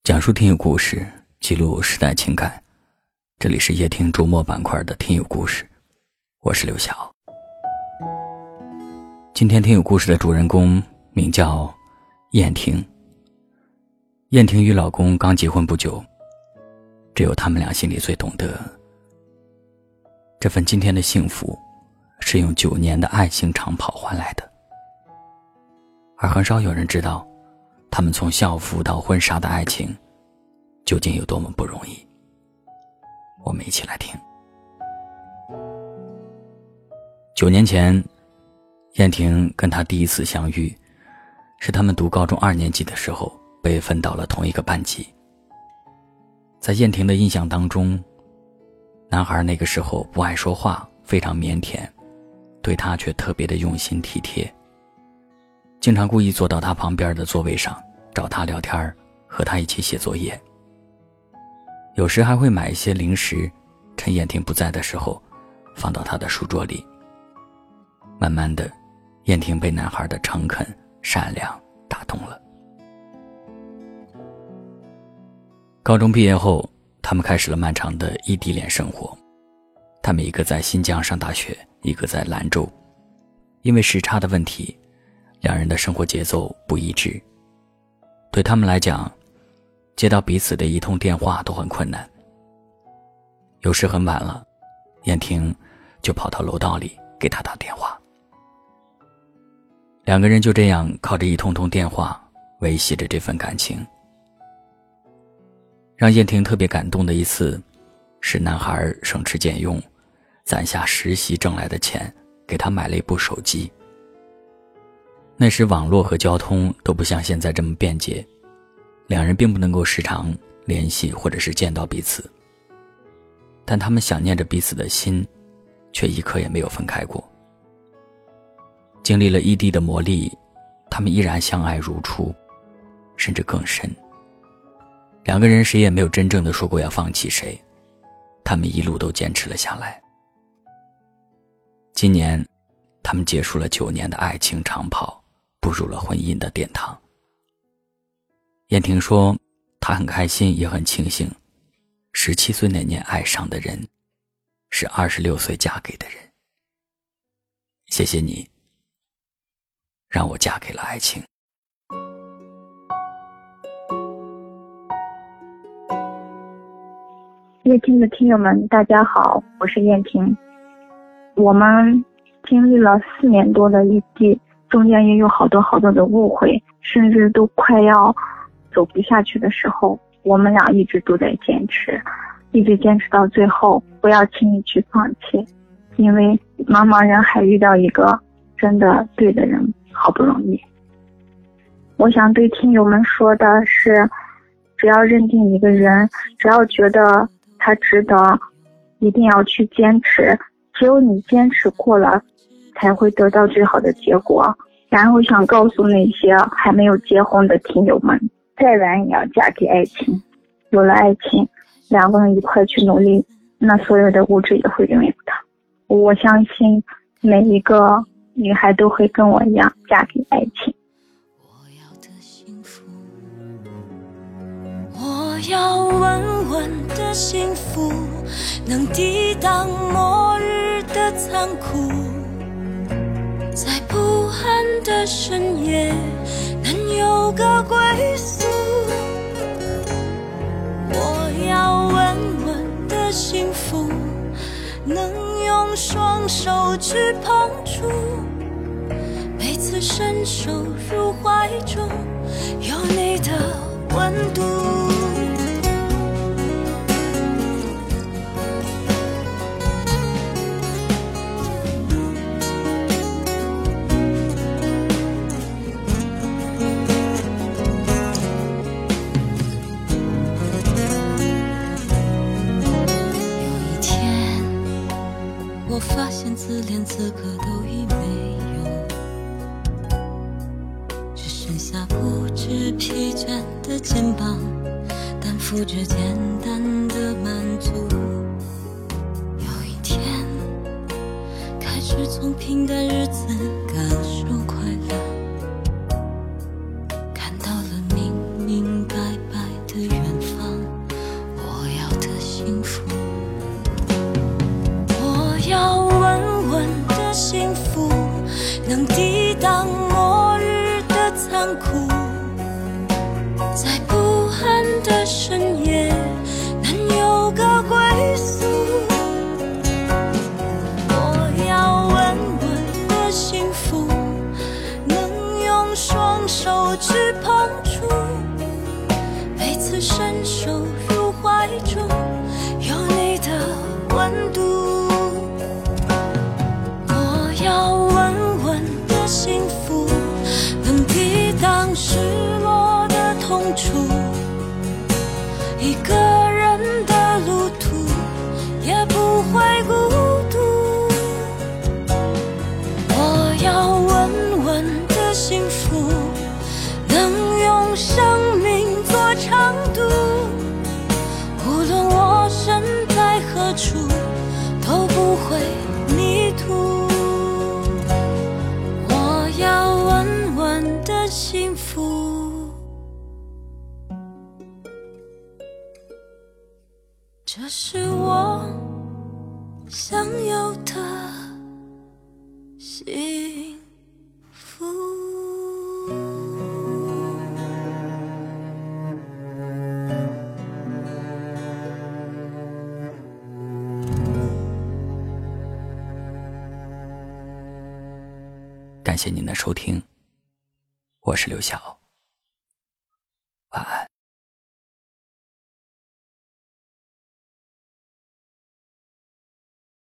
讲述听友故事，记录时代情感。这里是夜听周末板块的听友故事，我是刘晓。今天听友故事的主人公名叫燕婷。燕婷与老公刚结婚不久，只有他们俩心里最懂得，这份今天的幸福是用9年的爱情长跑换来的。而很少有人知道，他们从校服到婚纱的爱情究竟有多么不容易。我们一起来听。9年前，燕婷跟他第一次相遇，是他们读高中2年级的时候被分到了同一个班级。在燕婷的印象当中，男孩那个时候不爱说话，非常腼腆，对他却特别的用心体贴，经常故意坐到他旁边的座位上找他聊天，和他一起写作业。有时还会买一些零食，趁燕婷不在的时候放到他的书桌里。慢慢的，燕婷被男孩的诚恳善良打动了。高中毕业后，他们开始了漫长的异地恋生活。他们一个在新疆上大学，一个在兰州。因为时差的问题，两人的生活节奏不一致。对他们来讲，接到彼此的一通电话都很困难。有时很晚了，燕婷就跑到楼道里给他打电话。两个人就这样靠着一通通电话维系着这份感情。让燕婷特别感动的一次，是男孩省吃俭用攒下实习挣来的钱，给他买了一部手机。那时网络和交通都不像现在这么便捷，两人并不能够时常联系或者是见到彼此，但他们想念着彼此的心却一刻也没有分开过。经历了异地的磨砺，他们依然相爱如初，甚至更深。两个人谁也没有真正的说过要放弃谁，他们一路都坚持了下来。今年他们结束了9年的爱情长跑，步入了婚姻的殿堂。燕婷说，她很开心也很庆幸，17岁那年爱上的人是26岁嫁给的人。谢谢你，让我嫁给了爱情。 夜听的听友们大家好，我是燕婷。我们经历了4年多的异地，中间也有好多的误会，甚至都快要走不下去的时候，我们俩一直都在坚持，一直坚持到最后，不要轻易去放弃，因为茫茫人海遇到一个真的对的人好不容易。我想对听友们说的是，只要认定一个人，只要觉得他值得，一定要去坚持，只有你坚持过了，才会得到最好的结果。然后想告诉那些还没有结婚的听友们，再晚也要嫁给爱情。有了爱情，两个人一块去努力，那所有的物质也会拥有的。我相信每一个女孩都会跟我一样嫁给爱情。 我要稳稳的幸福，能抵挡末日的残酷，在不安的深夜能有个归宿。我要稳稳的幸福，能用双手去碰触，每次伸手入怀中有你的温度。我发现自怜资格都已没有，只剩下不知疲倦的肩膀，担负着简单的满足。有一天开始从平淡日子感受快乐，看到了明明白白的缘深夜能有个归宿。我要稳稳的幸福，能用双手去碰触，每次伸手入怀中有你的温度。我要稳稳的幸福，能抵挡失落的痛楚，一个人的路途也不会孤独。我要稳稳的幸福，能用生命做长度，无论我身在何处都不会迷途。我要稳稳的幸福，这是我想有的幸福。 感谢您的收听，我是刘晓，晚安。